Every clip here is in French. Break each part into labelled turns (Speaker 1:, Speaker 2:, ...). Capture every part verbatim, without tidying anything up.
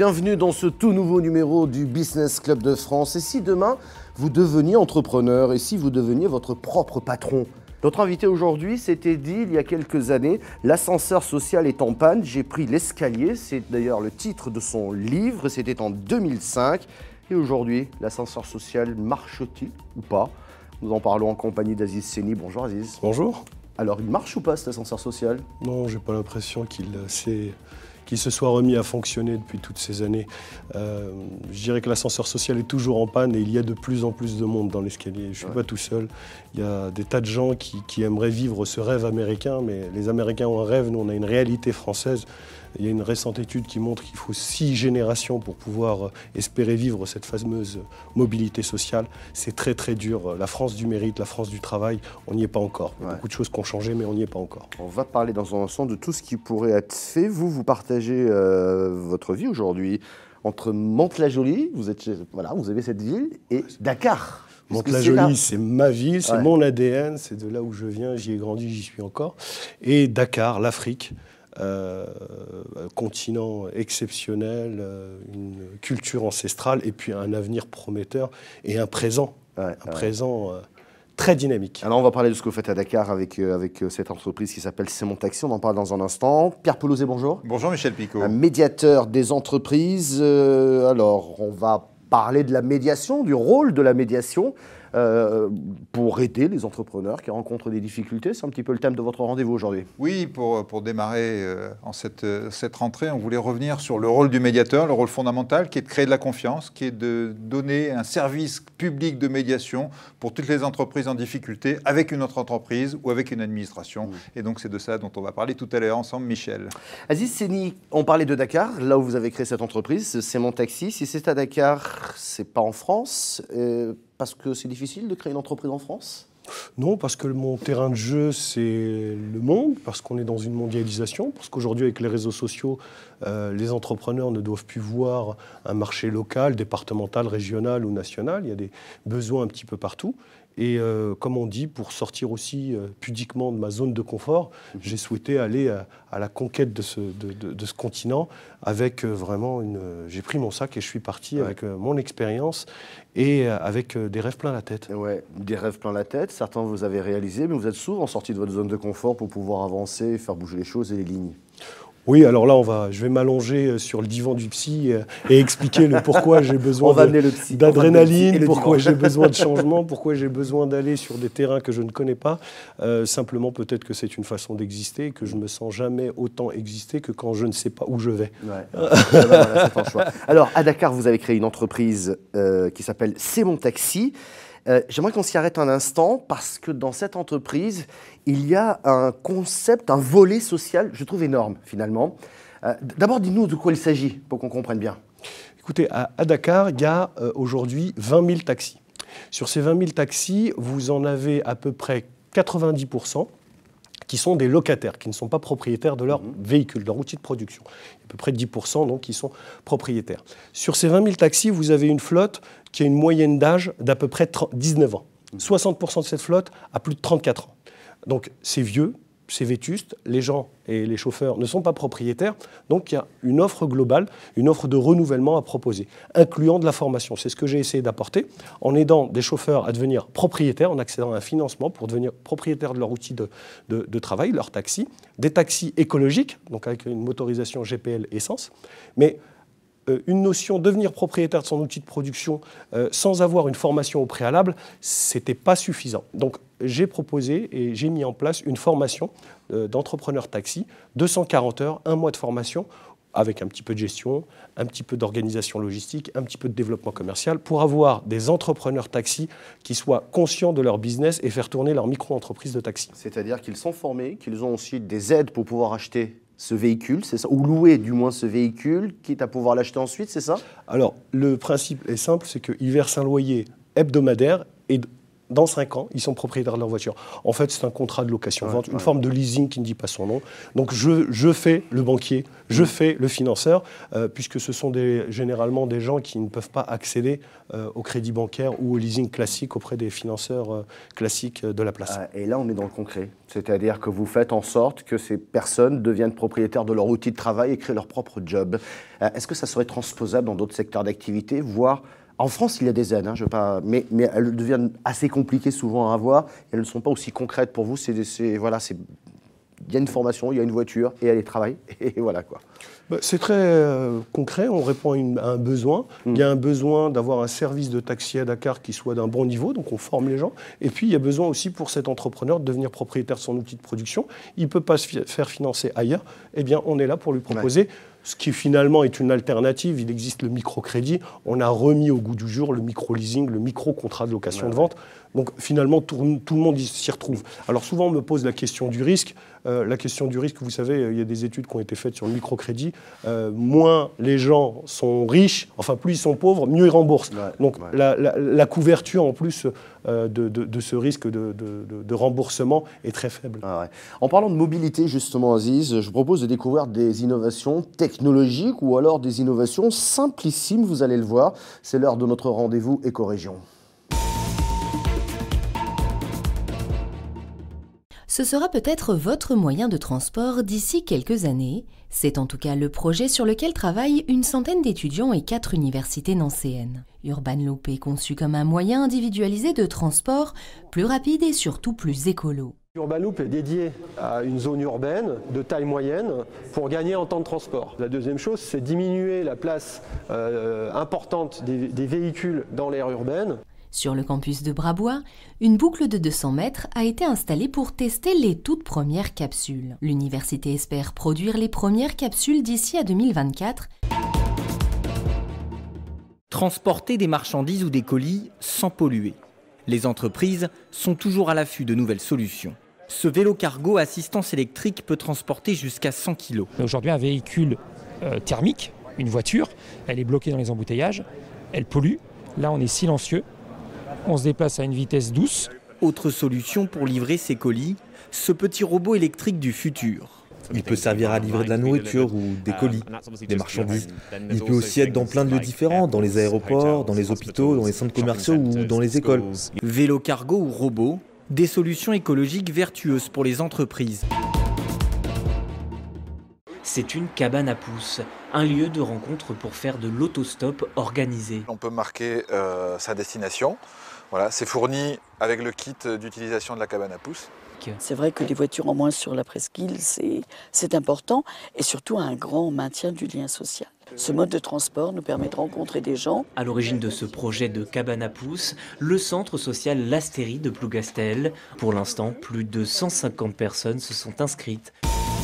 Speaker 1: bienvenue dans ce tout nouveau numéro du Business Club de France. Et si demain, vous deveniez entrepreneur et si vous deveniez votre propre patron? Notre invité aujourd'hui s'était dit il y a quelques années, l'ascenseur social est en panne, j'ai pris l'escalier. C'est d'ailleurs le titre de son livre, c'était en deux mille cinq. Et aujourd'hui, l'ascenseur social marche-t-il ou pas? Nous en parlons en compagnie d'Aziz Seni. Bonjour Aziz.
Speaker 2: Bonjour.
Speaker 1: Alors, il marche ou pas cet ascenseur social?
Speaker 2: Non, j'ai pas l'impression qu'il s'est... qu'il se soit remis à fonctionner depuis toutes ces années. Euh, je dirais que l'ascenseur social est toujours en panne et il y a de plus en plus de monde dans l'escalier. Je ne suis ouais. pas tout seul. Il y a des tas de gens qui, qui aimeraient vivre ce rêve américain, mais les Américains ont un rêve, nous on a une réalité française. Il y a une récente étude qui montre qu'il faut six générations pour pouvoir espérer vivre cette fameuse mobilité sociale. C'est très très dur. La France du mérite, la France du travail, on n'y est pas encore. Il y a ouais. beaucoup de choses qui ont changé, mais on n'y est pas encore.
Speaker 1: On va parler dans un instant de tout ce qui pourrait être fait. Vous, vous partagez euh, votre vie aujourd'hui entre Mantes-la-Jolie, vous, êtes, voilà, vous avez cette ville, et Dakar.
Speaker 2: Mantes-la-Jolie, c'est ma ville, c'est ouais. mon A D N, c'est de là où je viens, j'y ai grandi, j'y suis encore. Et Dakar, l'Afrique. Euh, un continent exceptionnel, euh, une culture ancestrale et puis un avenir prometteur et un présent, ouais, un ouais. présent euh, très dynamique.
Speaker 1: Alors on va parler de ce que vous faites à Dakar avec, euh, avec cette entreprise qui s'appelle C'est Mon Taxi, on en parle dans un instant. Pierre Pelouzet, bonjour.
Speaker 3: Bonjour Michel Picot.
Speaker 1: Un médiateur des entreprises. Euh, alors on va parler de la médiation, du rôle de la médiation. Euh, pour aider les entrepreneurs qui rencontrent des difficultés. C'est un petit peu le thème de votre rendez-vous aujourd'hui.
Speaker 3: Oui, pour, pour démarrer euh, en cette, cette rentrée, on voulait revenir sur le rôle du médiateur, le rôle fondamental qui est de créer de la confiance, qui est de donner un service public de médiation pour toutes les entreprises en difficulté avec une autre entreprise ou avec une administration. Mmh. Et donc c'est de ça dont on va parler tout à l'heure ensemble, Michel.
Speaker 1: Aziz Seni, on parlait de Dakar, là où vous avez créé cette entreprise, C'est Mon Taxi. Si c'est à Dakar, c'est pas en France euh, parce que c'est difficile de créer une entreprise en France?
Speaker 2: Non, parce que mon terrain de jeu, c'est le monde, parce qu'on est dans une mondialisation, parce qu'aujourd'hui, avec les réseaux sociaux, euh, les entrepreneurs ne doivent plus voir un marché local, départemental, régional ou national. Il y a des besoins un petit peu partout. Et euh, comme on dit, pour sortir aussi euh, pudiquement de ma zone de confort, mmh. j'ai souhaité aller à, à la conquête de ce, de, de, de ce continent avec euh, vraiment une... J'ai pris mon sac et je suis parti ouais. avec euh, mon expérience et euh, avec euh, des rêves plein la tête.
Speaker 1: Ouais, des rêves plein la tête. Certains vous avez réalisé, mais vous êtes souvent sorti de votre zone de confort pour pouvoir avancer, faire bouger les choses et les lignes.
Speaker 2: Oui, alors là, on va, je vais m'allonger sur le divan du psy et expliquer le pourquoi j'ai besoin d'adrénaline, pourquoi j'ai besoin de changement, pourquoi j'ai besoin d'aller sur des terrains que je ne connais pas. Euh, simplement, peut-être que c'est une façon d'exister, que je ne me sens jamais autant exister que quand je ne sais pas où je vais.
Speaker 1: Ouais. Voilà, c'est un choix. Alors, à Dakar, vous avez créé une entreprise euh, qui s'appelle C'est Mon Taxi. Euh, J'aimerais qu'on s'y arrête un instant parce que dans cette entreprise, il y a un concept, un volet social, je trouve énorme finalement. Euh, D'abord, dis-nous de quoi il s'agit pour qu'on comprenne bien.
Speaker 2: Écoutez, à, à Dakar, il y a euh, aujourd'hui vingt mille taxis. Sur ces vingt mille taxis, vous en avez à peu près quatre-vingt-dix pour cent qui sont des locataires, qui ne sont pas propriétaires de leur mmh. véhicule, de leur outil de production. Il y a à peu près dix pour cent donc, qui sont propriétaires. Sur ces vingt mille taxis, vous avez une flotte qui a une moyenne d'âge d'à peu près dix-neuf ans. Mmh. soixante pour cent de cette flotte a plus de trente-quatre ans. Donc c'est vieux, c'est vétuste, les gens et les chauffeurs ne sont pas propriétaires, donc il y a une offre globale, une offre de renouvellement à proposer, incluant de la formation. C'est ce que j'ai essayé d'apporter, en aidant des chauffeurs à devenir propriétaires, en accédant à un financement pour devenir propriétaires de leur outil de, de, de travail, leur taxi, des taxis écologiques, donc avec une motorisation G P L essence, mais euh, une notion de devenir propriétaire de son outil de production euh, sans avoir une formation au préalable, c'était pas suffisant. Donc j'ai proposé et j'ai mis en place une formation euh, d'entrepreneur taxi, deux cent quarante heures, un mois de formation, avec un petit peu de gestion, un petit peu d'organisation logistique, un petit peu de développement commercial, pour avoir des entrepreneurs taxi qui soient conscients de leur business et faire tourner leur micro-entreprise de taxi.
Speaker 1: C'est-à-dire qu'ils sont formés, qu'ils ont aussi des aides pour pouvoir acheter ce véhicule, c'est ça, ou louer du moins ce véhicule, quitte à pouvoir l'acheter ensuite, c'est ça?
Speaker 2: Alors, le principe est simple, c'est qu'ils versent un loyer hebdomadaire et dans cinq ans, ils sont propriétaires de leur voiture. En fait, c'est un contrat de location-vente, ouais, une ouais. forme de leasing qui ne dit pas son nom. Donc, je, je fais le banquier, je mmh. fais le financeur, euh, puisque ce sont des, généralement des gens qui ne peuvent pas accéder euh, au crédit bancaire ou au leasing classique auprès des financeurs euh, classiques de la place.
Speaker 1: Et là, on est dans le concret. C'est-à-dire que vous faites en sorte que ces personnes deviennent propriétaires de leur outil de travail et créent leur propre job. Euh, est-ce que ça serait transposable dans d'autres secteurs d'activité, voire... En France, il y a des aides, hein, je veux pas, mais, mais elles deviennent assez compliquées souvent à avoir. Et elles ne sont pas aussi concrètes pour vous. C'est, c'est, voilà, c'est, il y a une formation, il y a une voiture et elle y travaille. Et voilà quoi.
Speaker 2: Bah, c'est très euh, concret, on répond à, une, à un besoin. Mmh. Il y a un besoin d'avoir un service de taxi à Dakar qui soit d'un bon niveau, donc on forme les gens. Et puis il y a besoin aussi pour cet entrepreneur de devenir propriétaire de son outil de production. Il ne peut pas se fi- faire financer ailleurs. Eh bien, on est là pour lui proposer... Ouais. Ce qui finalement est une alternative. Il existe le microcrédit. On a remis au goût du jour le micro-leasing, le micro-contrat de location ouais, de vente. Donc finalement, tout, tout le monde s'y retrouve. Alors souvent, on me pose la question du risque. Euh, la question du risque, vous savez, il y a des études qui ont été faites sur le microcrédit. Euh, moins les gens sont riches, enfin plus ils sont pauvres, mieux ils remboursent. Ouais, Donc ouais. La, la, la couverture en plus euh, de, de, de ce risque de, de, de remboursement est très faible.
Speaker 1: Ah ouais. En parlant de mobilité justement, Aziz, je vous propose de découvrir des innovations technologiques ou alors des innovations simplissimes, vous allez le voir. C'est l'heure de notre rendez-vous Éco-Région.
Speaker 4: Ce sera peut-être votre moyen de transport d'ici quelques années. C'est en tout cas le projet sur lequel travaillent une centaine d'étudiants et quatre universités nancéennes. Urban Loop est conçu comme un moyen individualisé de transport, plus rapide et surtout plus écolo.
Speaker 5: Urban Loop est dédié à une zone urbaine de taille moyenne pour gagner en temps de transport. La deuxième chose, c'est diminuer la place euh, importante des, des véhicules dans l'aire urbaine.
Speaker 4: Sur le campus de Brabois, une boucle de deux cents mètres a été installée pour tester les toutes premières capsules. L'université espère produire les premières capsules d'ici à deux mille vingt-quatre.
Speaker 6: Transporter des marchandises ou des colis sans polluer. Les entreprises sont toujours à l'affût de nouvelles solutions. Ce vélo cargo à assistance électrique peut transporter jusqu'à cent kilos.
Speaker 7: Aujourd'hui, un véhicule euh, thermique, une voiture, elle est bloquée dans les embouteillages, elle pollue. Là, on est silencieux. On se déplace à une vitesse douce.
Speaker 6: Autre solution pour livrer ces colis, ce petit robot électrique du futur.
Speaker 8: Il peut servir à livrer de la nourriture ou des colis, des marchandises. Il peut aussi être dans plein de lieux différents, dans les aéroports, dans les hôpitaux, dans les centres commerciaux ou dans les écoles.
Speaker 6: Vélo cargo ou robot, des solutions écologiques vertueuses pour les entreprises. C'est une cabane à pouces, un lieu de rencontre pour faire de l'autostop organisé.
Speaker 9: On peut marquer euh, sa destination. Voilà, c'est fourni avec le kit d'utilisation de la cabane à pouces.
Speaker 10: C'est vrai que les voitures en moins sur la presqu'île, c'est, c'est important et surtout un grand maintien du lien social. Ce mode de transport nous permet de rencontrer des gens.
Speaker 6: À l'origine de ce projet de cabane à pouces, le centre social L'Astérie de Plougastel. Pour l'instant, plus de cent cinquante personnes se sont inscrites.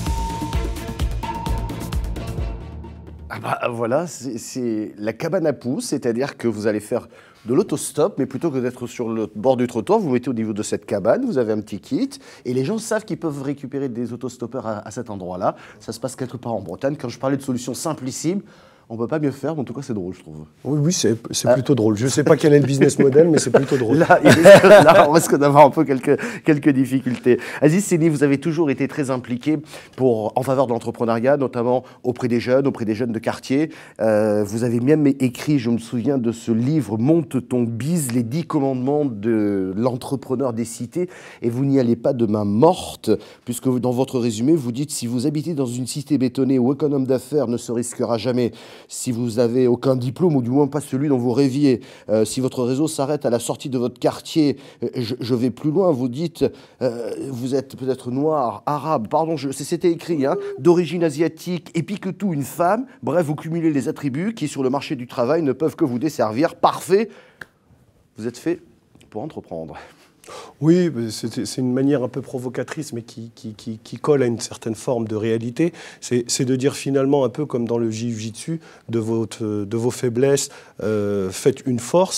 Speaker 1: Ah bah voilà, c'est, c'est la cabane à pouces, c'est-à-dire que vous allez faire de l'autostop, mais plutôt que d'être sur le bord du trottoir, vous vous mettez au niveau de cette cabane, vous avez un petit kit, et les gens savent qu'ils peuvent récupérer des autostoppeurs à, à cet endroit-là. Ça se passe quelque part en Bretagne. Quand je parlais de solutions simplissimes, on ne peut pas mieux faire, mais en tout cas c'est drôle, je trouve.
Speaker 2: Oui, oui, c'est, c'est ah. plutôt drôle. Je ne sais pas quel est le business model, mais c'est plutôt drôle.
Speaker 1: Là, là on risque d'avoir un peu quelques, quelques difficultés. Aziz Seni, vous avez toujours été très impliqué pour, en faveur de l'entrepreneuriat, notamment auprès des jeunes, auprès des jeunes de quartier. Euh, vous avez même écrit, je me souviens de ce livre, Monte ton bise, les dix commandements de l'entrepreneur des cités, et vous n'y allez pas de main morte, puisque dans votre résumé, vous dites « Si vous habitez dans une cité bétonnée où aucun homme d'affaires ne se risquera jamais », si vous n'avez aucun diplôme, ou du moins pas celui dont vous rêviez, euh, si votre réseau s'arrête à la sortie de votre quartier, euh, je, je vais plus loin, vous dites, euh, vous êtes peut-être noir, arabe, pardon, je, c'était écrit, hein, d'origine asiatique, et puis que tout, une femme, bref, vous cumulez les attributs qui, sur le marché du travail, ne peuvent que vous desservir. Parfait, vous êtes fait pour entreprendre.
Speaker 2: Oui, c'est, c'est une manière un peu provocatrice, mais qui, qui, qui, qui colle à une certaine forme de réalité. C'est, c'est de dire finalement, un peu comme dans le jiu-jitsu, de, votre, de vos faiblesses, euh, faites une force.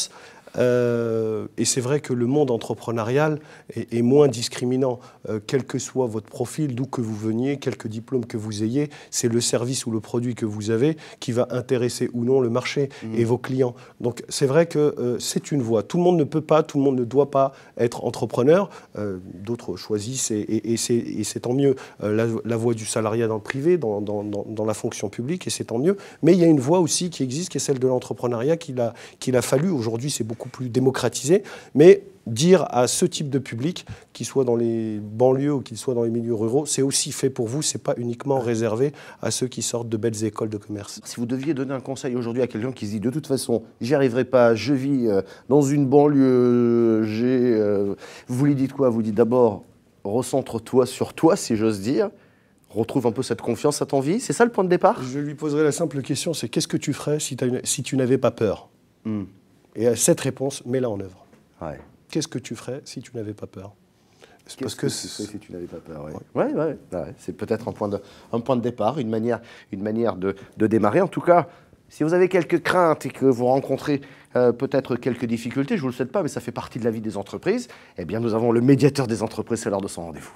Speaker 2: Euh, et c'est vrai que le monde entrepreneurial est, est moins discriminant. Euh, quel que soit votre profil, d'où que vous veniez, quelques diplômes que vous ayez, c'est le service ou le produit que vous avez qui va intéresser ou non le marché mmh. et vos clients. Donc c'est vrai que euh, c'est une voie. Tout le monde ne peut pas, tout le monde ne doit pas être entrepreneur. Euh, d'autres choisissent et, et, et, c'est, et c'est tant mieux. Euh, la, la voie du salariat dans le privé, dans, dans, dans, dans la fonction publique, et c'est tant mieux. Mais il y a une voie aussi qui existe, qui est celle de l'entrepreneuriat, qu'il a, qu'il a fallu. Aujourd'hui, c'est beaucoup plus démocratisé. Mais dire à ce type de public, qu'il soit dans les banlieues ou qu'il soit dans les milieux ruraux, c'est aussi fait pour vous. C'est pas uniquement réservé à ceux qui sortent de belles écoles de commerce.
Speaker 1: Si vous deviez donner un conseil aujourd'hui à quelqu'un qui se dit de toute façon, j'y arriverai pas, je vis euh, dans une banlieue, j'ai, euh, vous lui dites quoi? Vous dites d'abord, recentre-toi sur toi, si j'ose dire. Retrouve un peu cette confiance à ton vie. C'est ça le point de départ?
Speaker 2: Je lui poserai la simple question, c'est qu'est-ce que tu ferais si, t'as une, si tu n'avais pas peur mm. Et à cette réponse, mets-la en œuvre.
Speaker 1: Ouais.
Speaker 2: Qu'est-ce que tu ferais si tu n'avais pas peur?
Speaker 1: C'est parce que, que tu ferais si tu n'avais pas peur, ouais. Ouais, ouais, ouais. C'est peut-être un point de, un point de départ, une manière, une manière de, de démarrer. En tout cas, si vous avez quelques craintes et que vous rencontrez euh, peut-être quelques difficultés, je ne vous le souhaite pas, mais ça fait partie de la vie des entreprises, eh bien nous avons le médiateur des entreprises, c'est l'heure de son rendez-vous.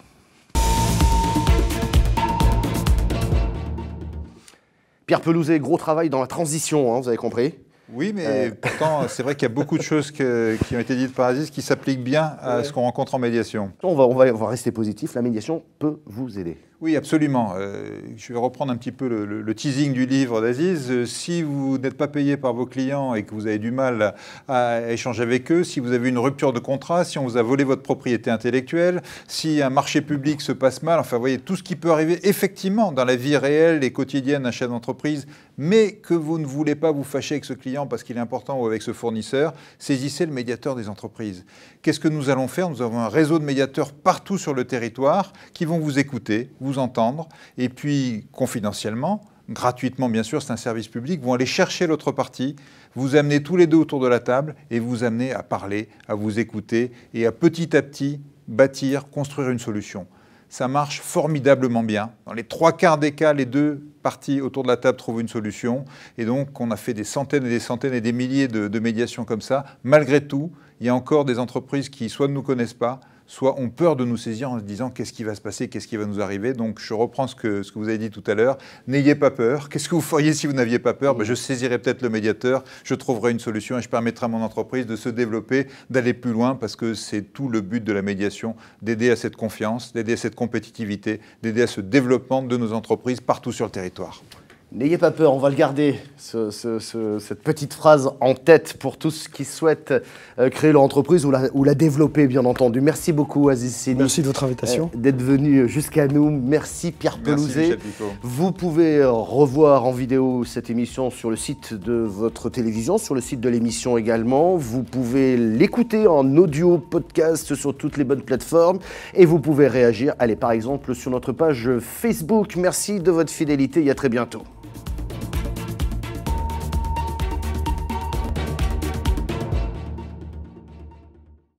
Speaker 1: Pierre Pelouzet, gros travail dans la transition, hein, vous avez compris?
Speaker 3: Oui, mais euh... pourtant, c'est vrai qu'il y a beaucoup de choses que, qui ont été dites par Aziz qui s'appliquent bien à ouais. ce qu'on rencontre en médiation.
Speaker 1: On va, on, va, on va rester positif, la médiation peut vous aider.
Speaker 3: Oui, absolument. Euh, je vais reprendre un petit peu le, le, le teasing du livre d'Aziz. Euh, si vous n'êtes pas payé par vos clients et que vous avez du mal à, à échanger avec eux, si vous avez une rupture de contrat, si on vous a volé votre propriété intellectuelle, si un marché public se passe mal, enfin, vous voyez, tout ce qui peut arriver effectivement dans la vie réelle et quotidienne d'un chef d'entreprise, mais que vous ne voulez pas vous fâcher avec ce client parce qu'il est important ou avec ce fournisseur, saisissez le médiateur des entreprises. Qu'est-ce que nous allons faire? Nous avons un réseau de médiateurs partout sur le territoire qui vont vous écouter, vous entendre, et puis confidentiellement, gratuitement bien sûr, c'est un service public, vont aller chercher l'autre partie, vous amener tous les deux autour de la table et vous amener à parler, à vous écouter et à petit à petit bâtir, construire une solution. Ça marche formidablement bien. Dans les trois quarts des cas, les deux parties autour de la table trouvent une solution. Et donc, on a fait des centaines et des centaines et des milliers de, de médiations comme ça. Malgré tout, il y a encore des entreprises qui soit ne nous connaissent pas, soit ont peur de nous saisir en se disant qu'est-ce qui va se passer, qu'est-ce qui va nous arriver. Donc je reprends ce que, ce que vous avez dit tout à l'heure. N'ayez pas peur. Qu'est-ce que vous feriez si vous n'aviez pas peur? Ben, je saisirais peut-être le médiateur, je trouverai une solution et je permettrai à mon entreprise de se développer, d'aller plus loin parce que c'est tout le but de la médiation, d'aider à cette confiance, d'aider à cette compétitivité, d'aider à ce développement de nos entreprises partout sur le territoire.
Speaker 1: N'ayez pas peur, on va le garder, ce, ce, ce, cette petite phrase en tête pour tous qui souhaitent euh, créer leur entreprise ou la, ou la développer, bien entendu. Merci beaucoup, Aziz Seni.
Speaker 2: Merci de votre invitation.
Speaker 1: Euh, d'être venu jusqu'à nous. Merci, Pierre Pelouzet. Vous pouvez revoir en vidéo cette émission sur le site de votre télévision, sur le site de l'émission également. Vous pouvez l'écouter en audio podcast sur toutes les bonnes plateformes et vous pouvez réagir, allez, par exemple, sur notre page Facebook. Merci de votre fidélité et à très bientôt.